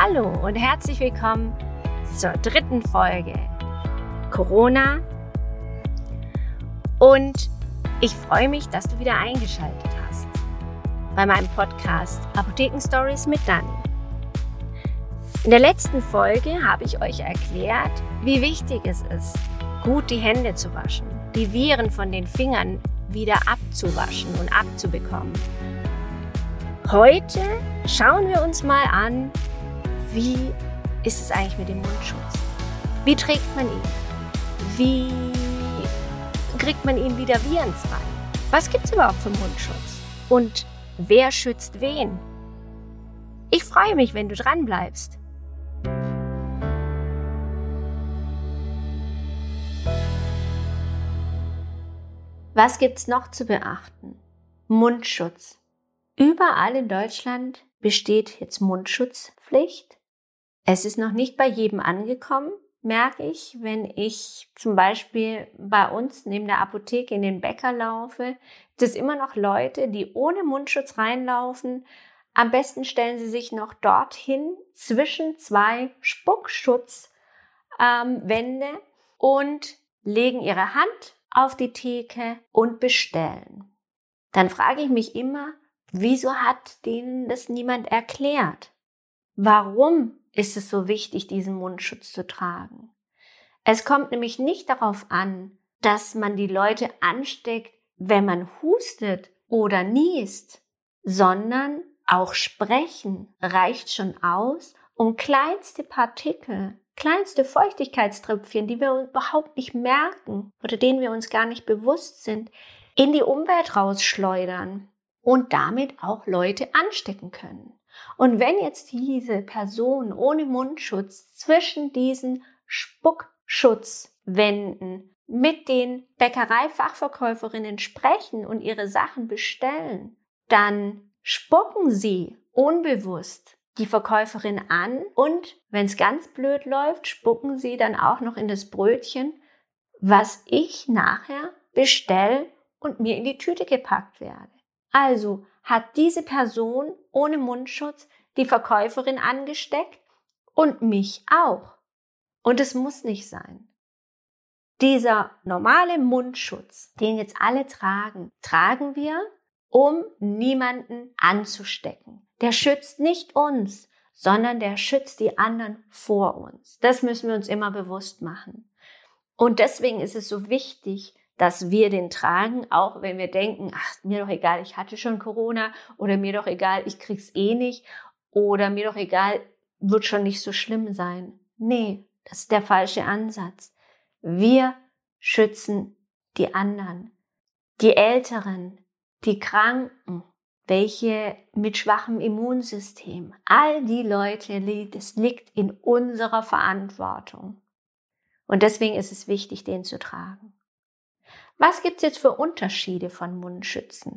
Hallo und herzlich willkommen zur 3. Folge Corona. Und ich freue mich, dass du wieder eingeschaltet hast bei meinem Podcast Apotheken-Stories mit Dani. In der letzten Folge habe ich euch erklärt, wie wichtig es ist, gut die Hände zu waschen, die Viren von den Fingern wieder abzuwaschen und abzubekommen. Heute schauen wir uns mal an, wie ist es eigentlich mit dem Mundschutz? Wie trägt man ihn? Wie kriegt man ihn wieder virenfrei? Was gibt es überhaupt für Mundschutz? Und wer schützt wen? Ich freue mich, wenn du dran bleibst. Was gibt's noch zu beachten? Mundschutz. Überall in Deutschland besteht jetzt Mundschutzpflicht. Es ist noch nicht bei jedem angekommen, merke ich, wenn ich zum Beispiel bei uns neben der Apotheke in den Bäcker laufe. Es ist immer noch Leute, die ohne Mundschutz reinlaufen. Am besten stellen sie sich noch dorthin zwischen 2 Spuckschutzwände und legen ihre Hand auf die Theke und bestellen. Dann frage ich mich immer, wieso hat denen das niemand erklärt? Warum ist es so wichtig, diesen Mundschutz zu tragen? Es kommt nämlich nicht darauf an, dass man die Leute ansteckt, wenn man hustet oder niest, sondern auch Sprechen reicht schon aus, um kleinste Partikel, kleinste Feuchtigkeitströpfchen, die wir überhaupt nicht merken oder denen wir uns gar nicht bewusst sind, in die Umwelt rausschleudern und damit auch Leute anstecken können. Und wenn jetzt diese Person ohne Mundschutz zwischen diesen Spuckschutzwänden mit den Bäckereifachverkäuferinnen sprechen und ihre Sachen bestellen, dann spucken sie unbewusst die Verkäuferin an und, wenn es ganz blöd läuft, spucken sie dann auch noch in das Brötchen, was ich nachher bestelle und mir in die Tüte gepackt werde. Also hat diese Person ohne Mundschutz die Verkäuferin angesteckt und mich auch. Und es muss nicht sein. Dieser normale Mundschutz, den jetzt alle tragen, tragen wir, um niemanden anzustecken. Der schützt nicht uns, sondern der schützt die anderen vor uns. Das müssen wir uns immer bewusst machen. Und deswegen ist es so wichtig, dass wir den tragen, auch wenn wir denken, ach, mir doch egal, ich hatte schon Corona oder mir doch egal, ich krieg's eh nicht oder mir doch egal, wird schon nicht so schlimm sein. Nee, das ist der falsche Ansatz. Wir schützen die anderen, die Älteren, die Kranken, welche mit schwachem Immunsystem. All die Leute, das liegt in unserer Verantwortung. Und deswegen ist es wichtig, den zu tragen. Was gibt's jetzt für Unterschiede von Mundschützen?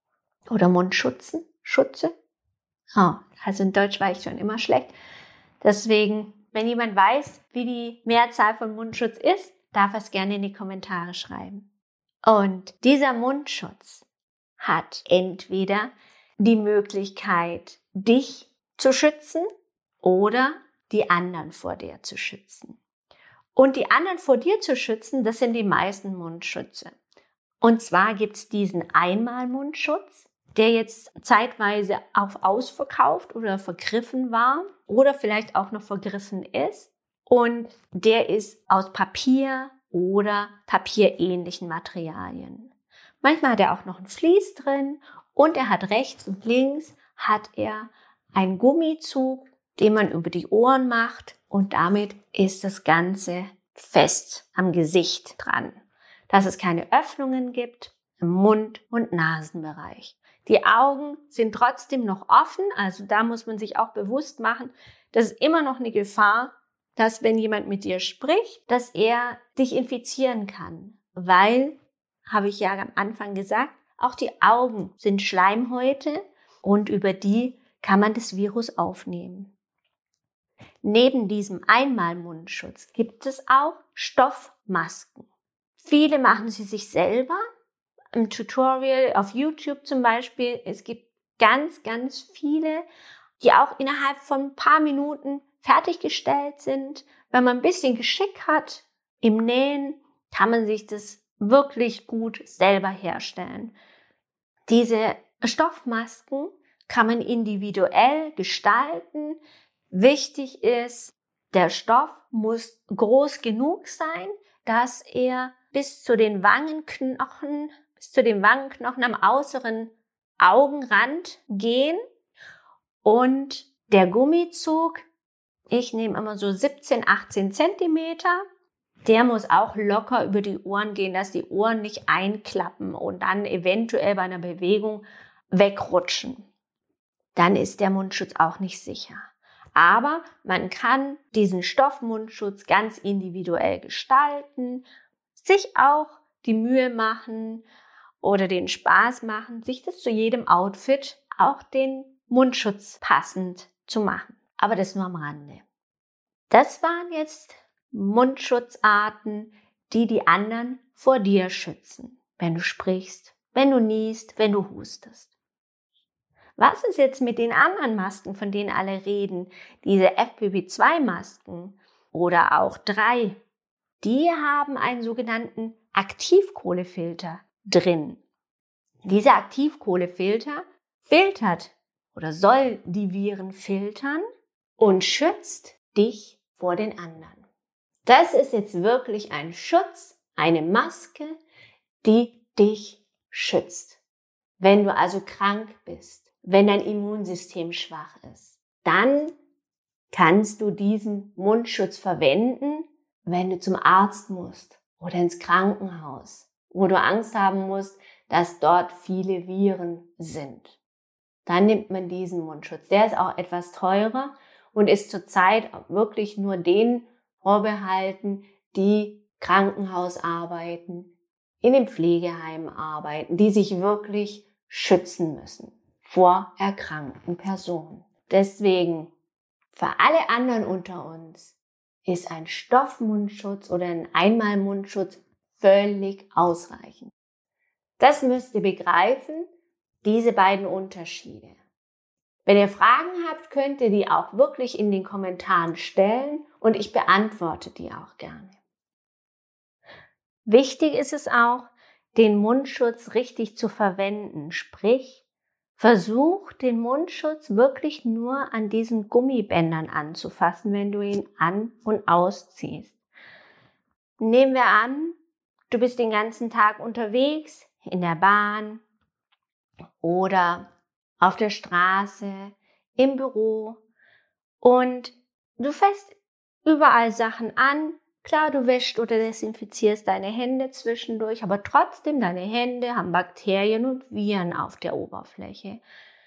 Oder Mundschutzen? Schutze? Oh, also in Deutsch war ich schon immer schlecht. Deswegen, wenn jemand weiß, wie die Mehrzahl von Mundschutz ist, darf er es gerne in die Kommentare schreiben. Und dieser Mundschutz hat entweder die Möglichkeit, dich zu schützen oder die anderen vor dir zu schützen. Und die anderen vor dir zu schützen, das sind die meisten Mundschütze. Und zwar gibt's diesen Einmalmundschutz, der jetzt zeitweise auf ausverkauft oder vergriffen war oder vielleicht auch noch vergriffen ist. Und der ist aus Papier oder papierähnlichen Materialien. Manchmal hat er auch noch ein Vlies drin und er hat rechts und links hat er einen Gummizug, den man über die Ohren macht und damit ist das Ganze fest am Gesicht dran, dass es keine Öffnungen gibt im Mund- und Nasenbereich. Die Augen sind trotzdem noch offen, also da muss man sich auch bewusst machen, das ist immer noch eine Gefahr, dass wenn jemand mit dir spricht, dass er dich infizieren kann, weil, habe ich ja am Anfang gesagt, auch die Augen sind Schleimhäute und über die kann man das Virus aufnehmen. Neben diesem Einmalmundschutz gibt es auch Stoffmasken. Viele machen sie sich selber. Im Tutorial auf YouTube zum Beispiel, es gibt ganz, ganz viele die auch innerhalb von ein paar Minuten fertiggestellt sind. Wenn man ein bisschen Geschick hat im Nähen, kann man sich das wirklich gut selber herstellen. Diese Stoffmasken kann man individuell gestalten. Wichtig ist, der Stoff muss groß genug sein, dass er bis zu den Wangenknochen am äußeren Augenrand gehen. Und der Gummizug, ich nehme immer so 17, 18 Zentimeter, der muss auch locker über die Ohren gehen, dass die Ohren nicht einklappen und dann eventuell bei einer Bewegung wegrutschen. Dann ist der Mundschutz auch nicht sicher. Aber man kann diesen Stoffmundschutz ganz individuell gestalten, sich auch die Mühe machen oder den Spaß machen, sich das zu jedem Outfit auch den Mundschutz passend zu machen. Aber das nur am Rande. Das waren jetzt Mundschutzarten, die anderen vor dir schützen, wenn du sprichst, wenn du niest, wenn du hustest. Was ist jetzt mit den anderen Masken, von denen alle reden? Diese FPP2-Masken oder auch 3, die haben einen sogenannten Aktivkohlefilter drin. Dieser Aktivkohlefilter filtert oder soll die Viren filtern und schützt dich vor den anderen. Das ist jetzt wirklich ein Schutz, eine Maske, die dich schützt. Wenn du also krank bist, wenn dein Immunsystem schwach ist, dann kannst du diesen Mundschutz verwenden, wenn du zum Arzt musst oder ins Krankenhaus, wo du Angst haben musst, dass dort viele Viren sind. Dann nimmt man diesen Mundschutz. Der ist auch etwas teurer und ist zurzeit wirklich nur denen vorbehalten, die Krankenhaus arbeiten, in dem Pflegeheim arbeiten, die sich wirklich schützen müssen vor erkrankten Personen. Deswegen, für alle anderen unter uns, ist ein Stoffmundschutz oder ein Einmalmundschutz völlig ausreichend. Das müsst ihr begreifen, diese beiden Unterschiede. Wenn ihr Fragen habt, könnt ihr die auch wirklich in den Kommentaren stellen und ich beantworte die auch gerne. Wichtig ist es auch, den Mundschutz richtig zu verwenden, sprich, versuch den Mundschutz wirklich nur an diesen Gummibändern anzufassen, wenn du ihn an- und ausziehst. Nehmen wir an, du bist den ganzen Tag unterwegs, in der Bahn oder auf der Straße, im Büro und du fasst überall Sachen an. Klar, du wäschst oder desinfizierst deine Hände zwischendurch, aber trotzdem, deine Hände haben Bakterien und Viren auf der Oberfläche.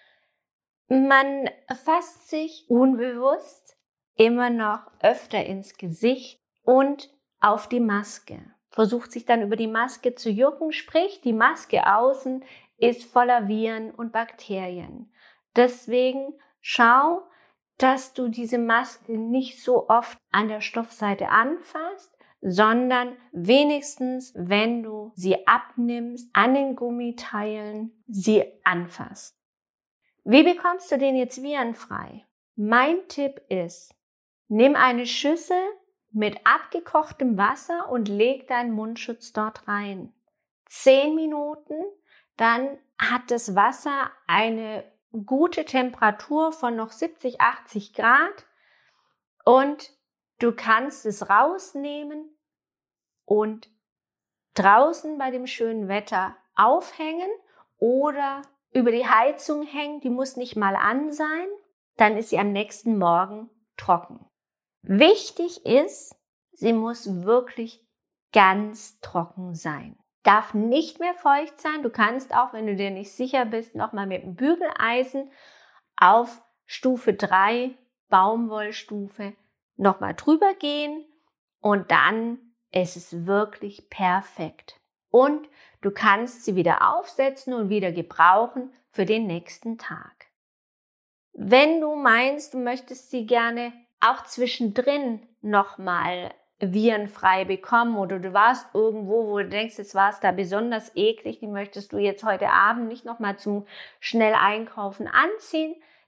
Man fasst sich unbewusst immer noch öfter ins Gesicht und auf die Maske. Versucht sich dann über die Maske zu jucken, sprich die Maske außen ist voller Viren und Bakterien. Deswegen schau, dass du diese Maske nicht so oft an der Stoffseite anfasst, sondern wenigstens, wenn du sie abnimmst, an den Gummiteilen sie anfasst. Wie bekommst du den jetzt virenfrei? Mein Tipp ist, nimm eine Schüssel mit abgekochtem Wasser und leg deinen Mundschutz dort rein. 10 Minuten, dann hat das Wasser eine gute Temperatur von noch 70, 80 Grad und du kannst es rausnehmen und draußen bei dem schönen Wetter aufhängen oder über die Heizung hängen, die muss nicht mal an sein, dann ist sie am nächsten Morgen trocken. Wichtig ist, sie muss wirklich ganz trocken sein. Darf nicht mehr feucht sein. Du kannst auch, wenn du dir nicht sicher bist, nochmal mit dem Bügeleisen auf Stufe 3, Baumwollstufe, nochmal drüber gehen und dann ist es wirklich perfekt. Und du kannst sie wieder aufsetzen und wieder gebrauchen für den nächsten Tag. Wenn du meinst, du möchtest sie gerne auch zwischendrin nochmal virenfrei bekommen oder du warst irgendwo, wo du denkst, jetzt war es da besonders eklig, die möchtest du jetzt heute Abend nicht nochmal zum schnell Einkaufen anziehen,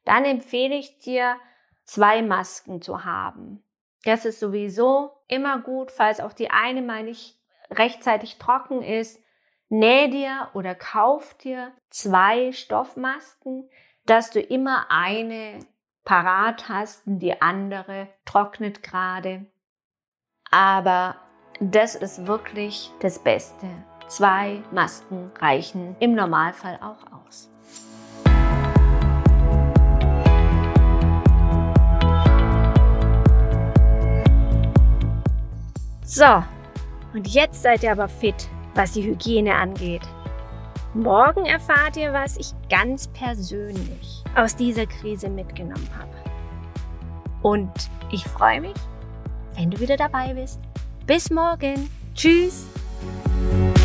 dann empfehle ich dir, 2 Masken zu haben. Das ist sowieso immer gut, falls auch die eine mal nicht rechtzeitig trocken ist. Näh dir oder kauf dir 2 Stoffmasken, dass du immer eine parat hast und die andere trocknet gerade. Aber das ist wirklich das Beste. 2 Masken reichen im Normalfall auch aus. So, und jetzt seid ihr aber fit, was die Hygiene angeht. Morgen erfahrt ihr, was ich ganz persönlich aus dieser Krise mitgenommen habe. Und ich freue mich, wenn du wieder dabei bist. Bis morgen. Tschüss.